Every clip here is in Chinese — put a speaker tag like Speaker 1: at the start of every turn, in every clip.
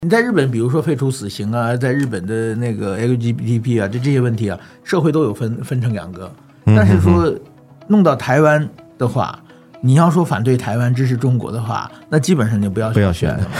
Speaker 1: 你在日本，比如说废除死刑啊，在日本的那个 LGBT 啊，这些问题啊，社会都有分成两个。但是说弄到台湾的话，你要说反对台湾支持中国的话，那基本上就不要选了。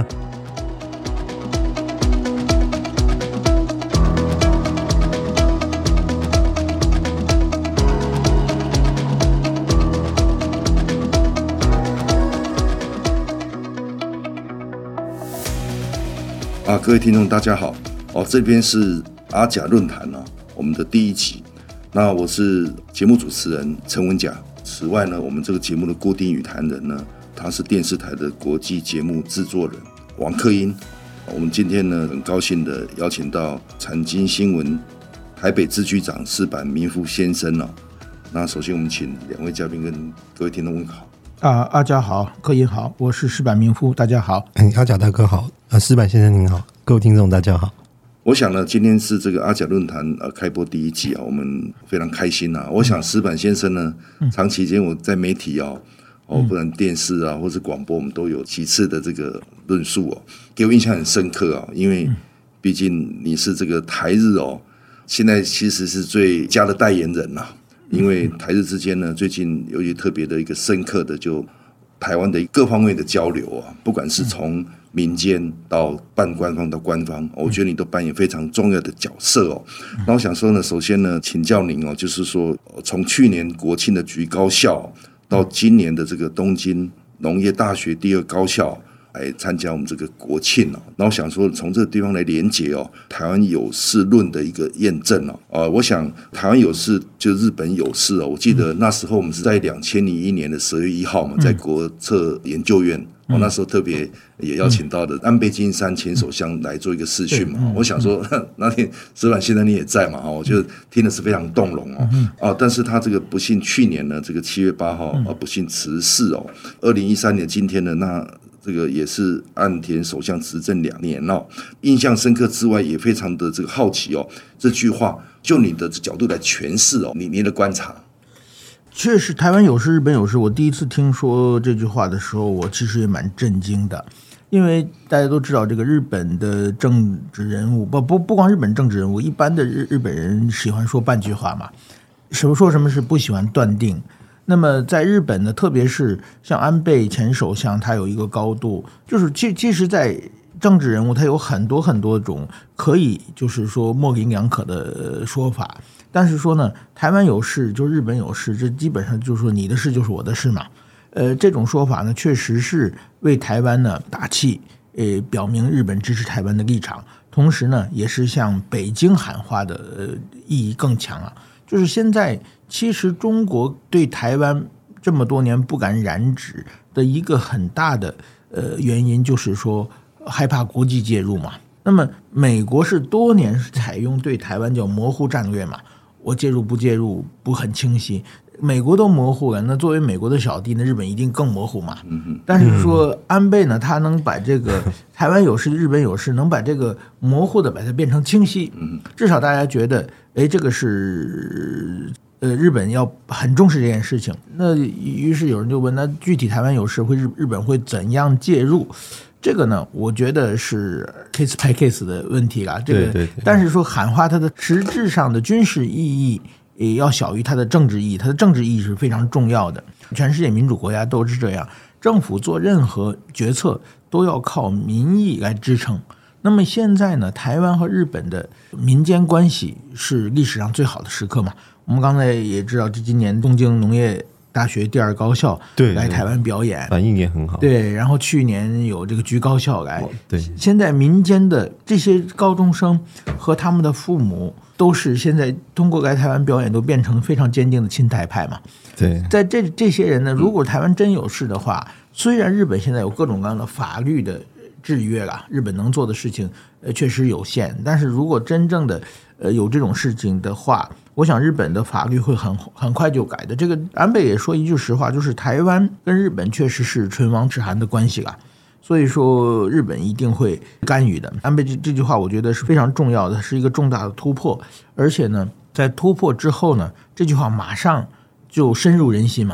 Speaker 2: 各位听众大家好，这边是阿甲论坛我们的第一集。那我是节目主持人陈文甲。此外呢，我们这个节目的固定语坛人呢，他是电视台的国际节目制作人王克英。我们今天呢，很高兴的邀请到产经新闻台北支局长矢板明夫先生。那首先我们请两位嘉宾跟各位听众问好。
Speaker 1: 阿甲好，克英好，我是矢板明夫，大家好。
Speaker 3: 阿甲大哥好，矢板先生您好，各位听众大家好。
Speaker 2: 我想呢，今天是这个阿甲论坛开播第一集我们非常开心我想矢板先生呢，长期间我在媒体不然电视或是广播，我们都有几次的这个论述给我印象很深刻因为毕竟你是这个台日现在其实是最佳的代言人因为台日之间呢，最近有一特别的一个深刻的就台湾的各方面的交流不管是从民间到半官方到官方，我觉得你都扮演非常重要的角色那我想说呢，首先呢，请教您就是说，从去年国庆的局高校到今年的这个东京农业大学第2高校来参加我们这个国庆那我想说，从这个地方来连结台湾有事论的一个验证我想台湾有事就日本有事我记得那时候我们是在2001年的12月1号在国策研究院那时候特别也邀请到的安倍晋三前首相来做一个视讯我想说那天矢板先生你也在我觉得听的是非常动容但是他这个不幸去年呢，这个7月8号不幸辞世2013年今天呢，那这个也是岸田首相执政2年印象深刻之外，也非常的这个好奇这句话就你的角度来诠释你的观察。
Speaker 1: 确实，台湾有事，日本有事。我第一次听说这句话的时候，我其实也蛮震惊的，因为大家都知道，这个日本的政治人物，不光日本政治人物，一般的日本人喜欢说半句话嘛，说什么是不喜欢断定。那么在日本呢，特别是像安倍前首相，他有一个高度，就是其实在政治人物，他有很多很多种可以就是说模棱两可的说法。但是说呢，台湾有事就日本有事，这基本上就是说你的事就是我的事嘛。这种说法呢，确实是为台湾呢打气，表明日本支持台湾的立场，同时呢，也是向北京喊话的意义更强就是现在其实中国对台湾这么多年不敢染指的一个很大的原因，就是说害怕国际介入嘛。那么美国是多年采用对台湾叫模糊战略嘛。我介入不介入不很清晰，美国都模糊了，那作为美国的小弟呢，日本一定更模糊嘛。但是说安倍呢，他能把这个台湾有事日本有事，能把这个模糊的把它变成清晰，至少大家觉得这个是日本要很重视这件事情。那于是有人就问，那具体台湾有事日本会怎样介入？这个呢，我觉得是 case by case 的问题啦。这个，对，但是说喊话它的实质上的军事意义也要小于它的政治意义，它的政治意义是非常重要的。全世界民主国家都是这样，政府做任何决策都要靠民意来支撑。那么现在呢，台湾和日本的民间关系是历史上最好的时刻嘛。我们刚才也知道，这今年东京农业大学第2高校来台湾表演，
Speaker 3: 反应也很好。
Speaker 1: 对，然后去年有这个局高校来。
Speaker 3: 对，
Speaker 1: 现在民间的这些高中生和他们的父母都是现在通过来台湾表演都变成非常坚定的亲台派嘛。
Speaker 3: 对，
Speaker 1: 在这些人呢，如果台湾真有事的话，虽然日本现在有各种各样的法律的制约啦，日本能做的事情确实有限，但是如果真正的有这种事情的话，我想日本的法律会很快就改的。这个安倍也说一句实话，就是台湾跟日本确实是唇亡齿寒的关系啦，所以说日本一定会干预的。安倍这句话我觉得是非常重要的，是一个重大的突破，而且呢，在突破之后呢，这句话马上就深入人心嘛。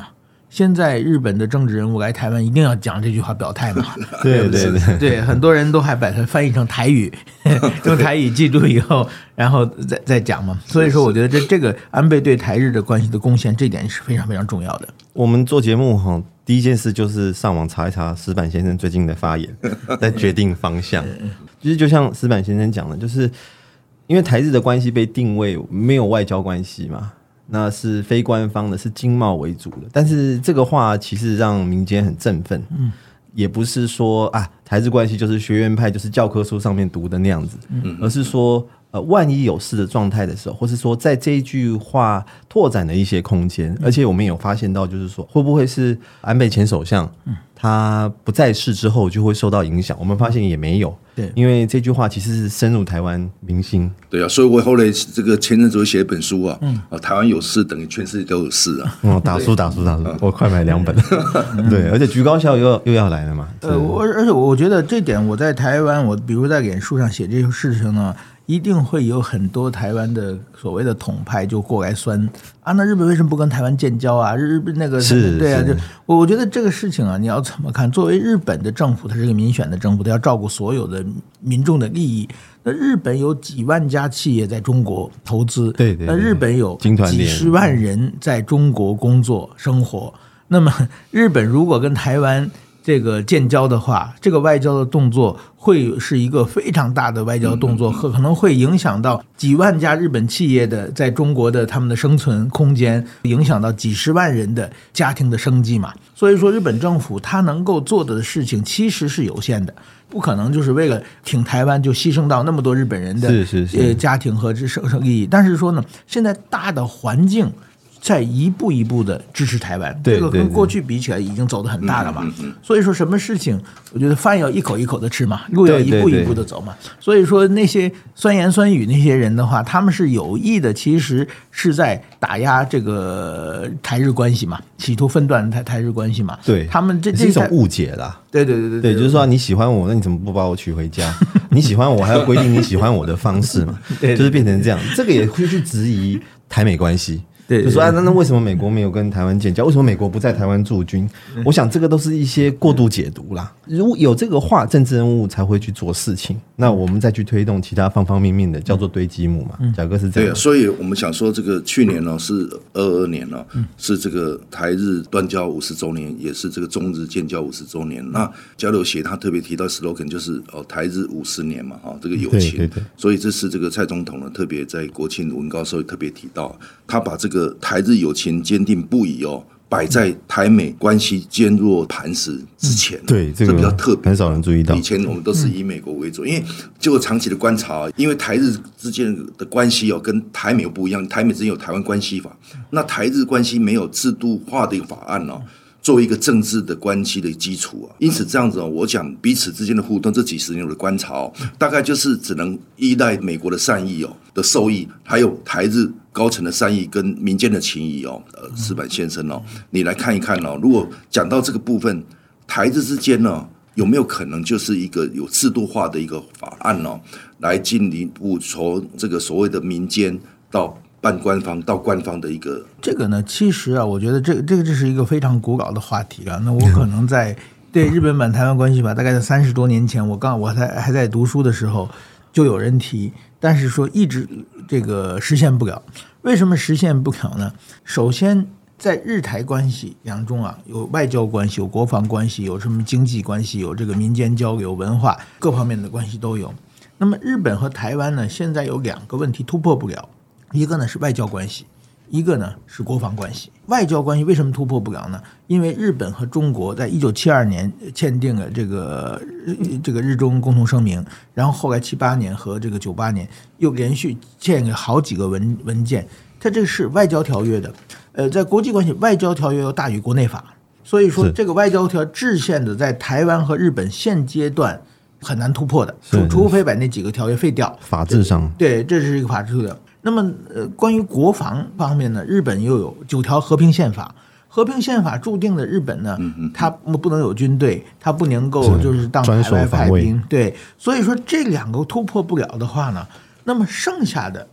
Speaker 1: 现在日本的政治人物来台湾一定要讲这句话表态嘛？
Speaker 3: 对对对
Speaker 1: 对，很多人都还把它翻译成台语，用台语记住以后，然后再讲嘛。所以说，我觉得这个安倍对台日的关系的贡献，这点是非常非常重要的。
Speaker 3: 我们做节目哈，第一件事就是上网查一查矢板先生最近的发言，再决定方向。其实就像矢板先生讲的，就是因为台日的关系被定位没有外交关系嘛。那是非官方的，是经贸为主的，但是这个话其实让民间很振奋，也不是说啊台日关系就是学院派就是教科书上面读的那样子，而是说万一有事的状态的时候，或是说在这一句话拓展的一些空间，而且我们有发现到，就是说会不会是安倍前首相他不在世之后就会受到影响？我们发现也没有，对，因为这句话其实是深入台湾民心。
Speaker 2: 对啊，所以我后来这个前阵子写一本书啊，台湾有事等于全世界都有事啊。
Speaker 3: 打书，我快买2本。对，而且橘高校又要来了嘛。
Speaker 1: 而且我觉得这点我在台湾，我比如在脸书上写这些事情呢。一定会有很多台湾的所谓的统派就过来酸啊，那日本为什么不跟台湾建交啊？日本那个对啊，就我觉得这个事情啊，你要怎么看？作为日本的政府，它是个民选的政府，它要照顾所有的民众的利益。那日本有几万家企业在中国投资，对，那日本有几十万人在中国工作生活。那么日本如果跟台湾这个建交的话，这个外交的动作会是一个非常大的外交动作，可能会影响到几万家日本企业的在中国的他们的生存空间，影响到几十万人的家庭的生计嘛。所以说日本政府它能够做的事情其实是有限的，不可能就是为了挺台湾就牺牲到那么多日本人的家庭和生利益。但是说呢，现在大的环境在一步一步的支持台湾，这个跟过去比起来已经走得很大了嘛。所以说什么事情，我觉得饭要一口一口的吃嘛，路要一步一步的走嘛。所以说那些酸言酸语那些人的话，他们是有意的，其实是在打压这个台日关系嘛，企图分断台日关系嘛。对，他们这
Speaker 3: 是一种误解啦。
Speaker 1: 对，
Speaker 3: 就是说你喜欢我，那你怎么不把我娶回家？你喜欢我，还要规定你喜欢我的方式嘛？就是变成这样，这个也会去质疑台美关系。就说那为什么美国没有跟台湾建交？为什么美国不在台湾驻军？我想这个都是一些过度解读啦。如果有这个话，政治人物才会去做事情，那我们再去推动其他方方面面的，叫做堆积木嘛。贾哥是这样。
Speaker 2: 对，所以我们想说，这个去年呢是22年了，是这个台日断交50周年，也是这个中日建交50周年。那交流协他特别提到 slogan 就是台日50年嘛，这个友情。对，所以这是这个蔡总统呢特别在国庆文告时候特别提到，他把这个台日友情坚定不移摆在台美关系坚若磐石之前。
Speaker 3: 对，这个
Speaker 2: 比较特别，
Speaker 3: 很少人注意到。
Speaker 2: 以前我们都是以美国为主，因为就长期的观察，因为台日之间的关系跟台美又不一样，台美之间有台湾关系法，那台日关系没有制度化的一个法案作为一个政治的关系的基础因此这样子我讲彼此之间的互动，这几十年的观察大概就是只能依赖美国的善意的受益，还有台日高层的善意跟民间的情谊矢板先生你来看一看如果讲到这个部分，台日之间有没有可能就是一个有制度化的一个法案来进一步从这个所谓的民间到半官方到官方的一个
Speaker 1: 这个呢，其实我觉得这是一个非常古老的话题了。那我可能在对日本版台湾关系法，大概在30多年前，我还在读书的时候就有人提，但是说一直这个实现不了。为什么实现不了呢？首先，在日台关系当中有外交关系，有国防关系，有什么经济关系，有这个民间交流、文化各方面的关系都有。那么日本和台湾呢，现在有2个问题突破不了。一个呢是外交关系，一个呢是国防关系。外交关系为什么突破不了呢？因为日本和中国在1972年签订了这个日中共同声明，然后后来78年和这个98年又连续签了好几个文件，它这是外交条约的。在国际关系，外交条约要大于国内法，所以说这个外交条制宪的在台湾和日本现阶段很难突破的，除非把那几个条约废掉。
Speaker 3: 法治上，
Speaker 1: 对，这是一个法治的。那么关于国防方面呢，日本又有9条和平宪法。和平宪法注定的日本呢，它不能有军队，它不能够就是当海外派兵。对，所以说这2个突破不了的话呢，那么剩下的日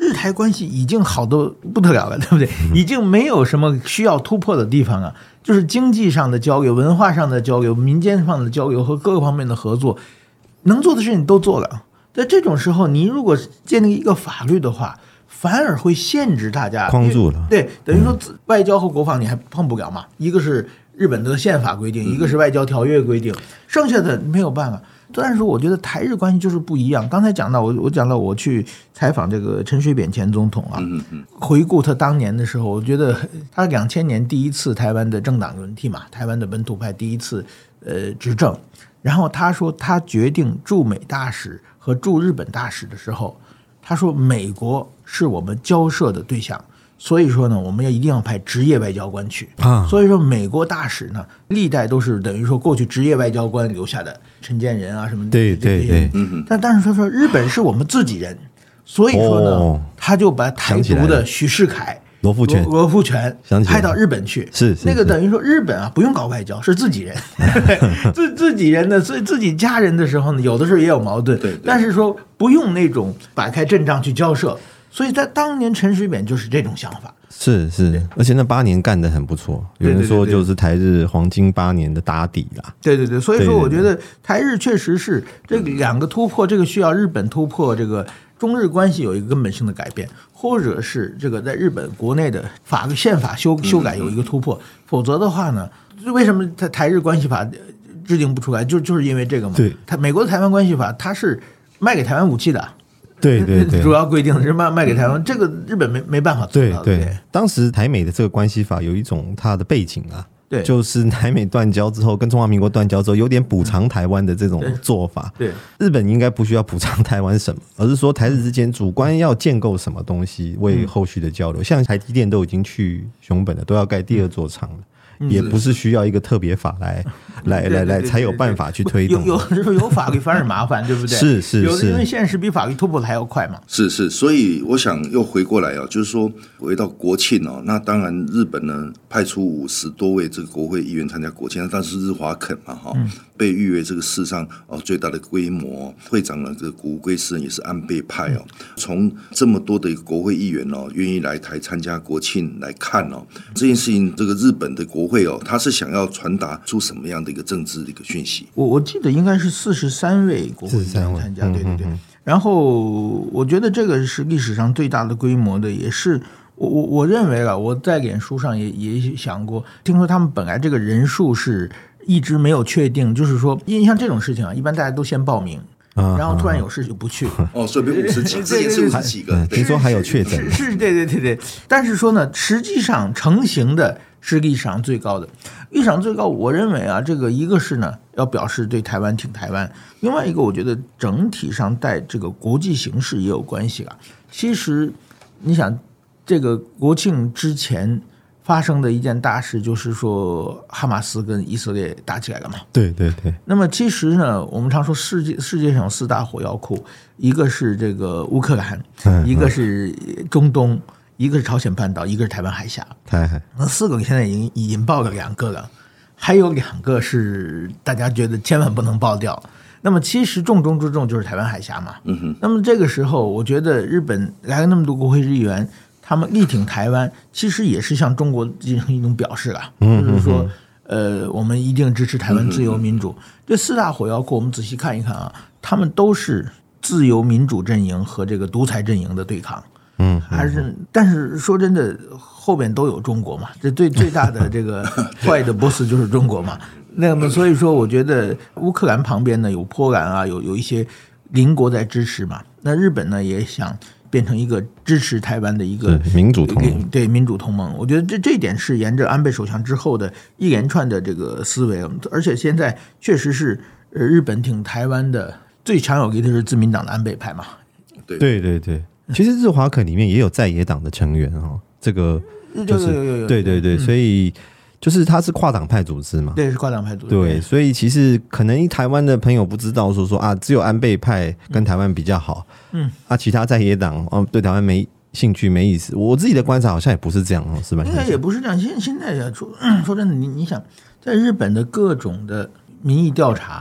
Speaker 1: 日台关系已经好得不得了了，对不对？已经没有什么需要突破的地方啊，就是经济上的交流、文化上的交流、民间上的交流和各个方面的合作，能做的事情都做了。在这种时候，你如果建立一个法律的话，反而会限制大家，
Speaker 3: 框住了。
Speaker 1: 对，等于说外交和国防你还碰不了嘛，一个是日本的宪法规定，一个是外交条约规定，剩下的没有办法。但是我觉得台日关系就是不一样。刚才讲到我讲到我去采访这个陈水扁前总统啊，回顾他当年的时候，我觉得他2000年第一次台湾的政党轮替嘛，台湾的本土派第一次执政，然后他说他决定驻美大使和驻日本大使的时候，他说美国是我们交涉的对象。所以说呢，我们一定要派职业外交官去啊。所以说，美国大使呢，历代都是等于说过去职业外交官留下的，陈建仁啊什么的。
Speaker 3: 对对对。
Speaker 1: 但是说日本是我们自己人，所以说呢，他就把台独的许世凯、
Speaker 3: 罗富全
Speaker 1: 派到日本去。
Speaker 3: 是
Speaker 1: 那个等于说日本啊，不用搞外交，是自己人，自己人的，所以自己家人的时候呢，有的时候也有矛盾。
Speaker 2: 对。
Speaker 1: 但是说不用那种摆开阵仗去交涉。所以在当年陈水扁就是这种想法，
Speaker 3: 是，而且那8年干得很不错，有人说就是台日黄金8年的打底啦。
Speaker 1: 对，所以说我觉得台日确实是这两个突破，这个需要日本突破这个中日关系有一个根本性的改变，或者是这个在日本国内的宪法修改有一个突破，否则的话呢，为什么台日关系法制定不出来，就是因为这个嘛。
Speaker 3: 对，
Speaker 1: 美国的台湾关系法它是卖给台湾武器的。
Speaker 3: 对，
Speaker 1: 主要规定的是卖给台湾，这个日本没办法做到。
Speaker 3: 对，当时台美的这个关系法有一种它的背景啊，
Speaker 1: 对，
Speaker 3: 就是台美断交之后，跟中华民国断交之后，有点补偿台湾的这种做法。
Speaker 1: 对，
Speaker 3: 日本应该不需要补偿台湾什么，而是说台日之间主观要建构什么东西为后续的交流。像台积电都已经去熊本了，都要盖第2座厂了。也不是需要一个特别法来才有办法去推动。
Speaker 1: 有的时候有法律反而麻烦，对不对？
Speaker 3: 是，
Speaker 1: 有的因为现实比法律突破的还要快嘛。
Speaker 2: 是，所以我想又回过来啊，就是说回到国庆哦，那当然日本呢派出50多位这个国会议员参加国庆，但是日华肯嘛哈，被誉为这个世上最大的规模。会长呢，这个谷龟诗人也是安倍派哦。从这么多的国会议员愿意来台参加国庆来看这件事情，这个日本的国会他是想要传达出什么样的一个政治的一个讯息？
Speaker 1: 我记得应该是43位国会议员参加，对。然后我觉得这个是历史上最大的规模的，也是我认为我在脸书上也想过，听说他们本来这个人数是一直没有确定，就是说，因为像这种事情一般大家都先报名。然后突然有事就不去
Speaker 2: 所以50几，之前是50几个，
Speaker 3: 听说还有确诊，
Speaker 1: 是，对。但是说呢，实际上成型的是历史上最高的，历史上最高。我认为这个一个是呢要表示对台湾挺台湾，另外一个我觉得整体上带这个国际形势也有关系了。其实你想，这个国庆之前发生的一件大事就是说哈马斯跟以色列打起来了嘛。
Speaker 3: 对。
Speaker 1: 那么其实呢，我们常说世界上有4大火药库，一个是这个乌克兰，一个是中东，一个是朝鲜半岛，一个是台湾海峡。那4个现在已经引爆了2个了，还有2个是大家觉得千万不能爆掉。那么其实重中之重就是台湾海峡嘛。那么这个时候，我觉得日本来了那么多国会议员，他们力挺台湾，其实也是向中国进行一种表示了，就是说，我们一定支持台湾自由民主。这4大火药库，我们仔细看一看他们都是自由民主阵营和这个独裁阵营的对抗。但是说真的，后边都有中国嘛，这最大的这个坏的 boss 就是中国嘛。那么所以说，我觉得乌克兰旁边呢有波兰有一些邻国在支持嘛。那日本呢也想变成一个支持台湾的一个
Speaker 3: 民主同盟，
Speaker 1: 对民主同盟。我觉得这一点是沿着安倍首相之后的一连串的这个思维，而且现在确实是日本挺台湾的最强有力的是自民党的安倍派嘛。
Speaker 3: 对。其实日华肯里面也有在野党的成员这个就是对，所以就是他是跨党派组织嘛，
Speaker 1: 对，是跨党派组织。
Speaker 3: 对，所以其实可能台湾的朋友不知道说只有安倍派跟台湾比较好，其他在野党对台湾没兴趣没意思。我自己的观察好像也不是这样是吧？
Speaker 1: 应该也不是这样。现在说真的，你想在日本的各种的民意调查，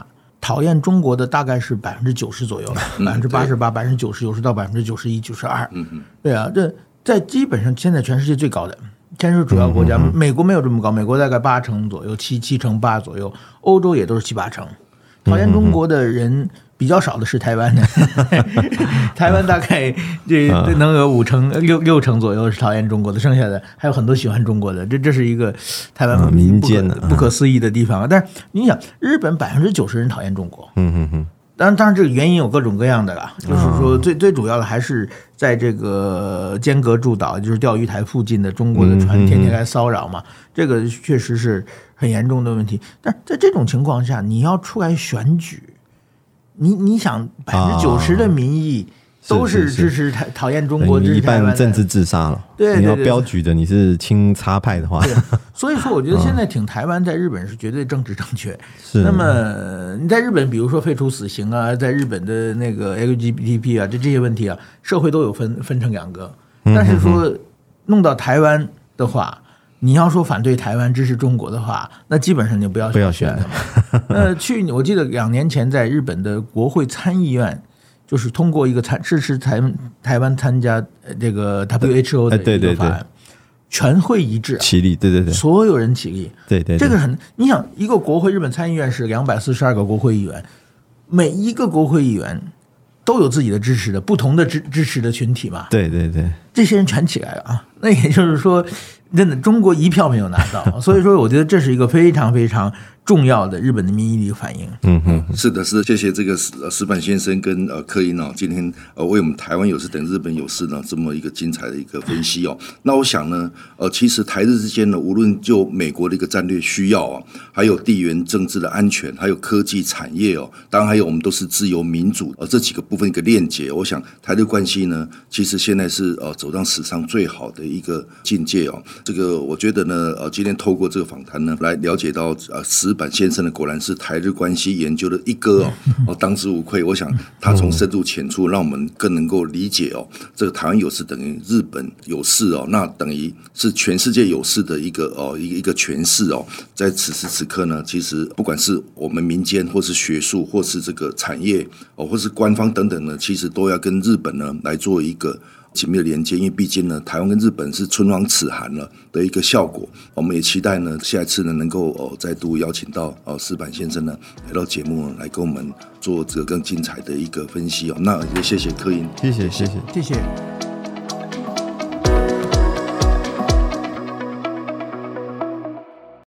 Speaker 1: 讨厌中国的大概是90%左右，88%、90%，有时到91%、92%。对啊，这在基本上现在全世界最高的。全世界主要国家，美国没有这么高，美国大概8%左右，7成8左右，欧洲也都是7、8成。讨厌中国的人比较少的是台湾的，台湾大概这能有5成、6成左右是讨厌中国的，剩下的还有很多喜欢中国的，这是一个台湾
Speaker 3: 民间
Speaker 1: 不可思议的地方。但是你想，日本90%人讨厌中国，当然这个原因有各种各样的啦，就是说最主要的还是在这个尖阁诸岛，就是钓鱼台附近的中国的船天天来骚扰嘛，这个确实是很严重的问题。但是在这种情况下，你要出来选举，你想90%的民意都是支持讨厌中国，
Speaker 3: 一半政治自杀了。
Speaker 1: 对，
Speaker 3: 你要标举的你是亲插派的话，
Speaker 1: 所以说我觉得现在挺台湾在日本是绝对政治正确。那么你在日本，比如说废除死刑啊，在日本的那个 LGBT 啊，这些问题啊，社会都有分成两个。但是说弄到台湾的话，你要说反对台湾支持中国的话，那基本上就不要选了嘛。我记得2年前在日本的国会参议院。就是通过一个支持台湾参加这个 WHO 的一个法案，全会一致，
Speaker 3: 起立，对，
Speaker 1: 所有人起立，
Speaker 3: 对，
Speaker 1: 这个你想一个国会，日本参议院是242个国会议员，每一个国会议员都有自己的支持的不同的支持的群体嘛，
Speaker 3: 对，
Speaker 1: 这些人全起来了啊，那也就是说，真的中国一票没有拿到，所以说我觉得这是一个非常非常重要的日本的民意的一个反应。
Speaker 2: 是的，谢谢这个石板先生跟柯英今天为我们台湾有事等日本有事呢这么一个精彩的一个分析那我想呢其实台日之间呢，无论就美国的一个战略需要还有地缘政治的安全，还有科技产业当然还有我们都是自由民主这几个部分一个链接，我想台日关系呢，其实现在是走上史上最好的一个境界这个我觉得呢今天透过这个访谈呢，来了解到石板先生呢果然是台日关系研究的一哥当之无愧。我想他从深入浅出，让我们更能够理解这个台湾有事等于日本有事那等于是全世界有事的一个诠释在此时此刻呢，其实不管是我们民间或是学术或是这个产业或是官方等等呢，其实都要跟日本呢来做一个紧密的连接，因为毕竟呢，台湾跟日本是唇亡齿寒了的一个效果。我们也期待呢，下一次呢能够再度邀请到石板先生呢来到节目来跟我们做这个更精彩的一个分析那也谢谢柯英，
Speaker 3: 谢谢。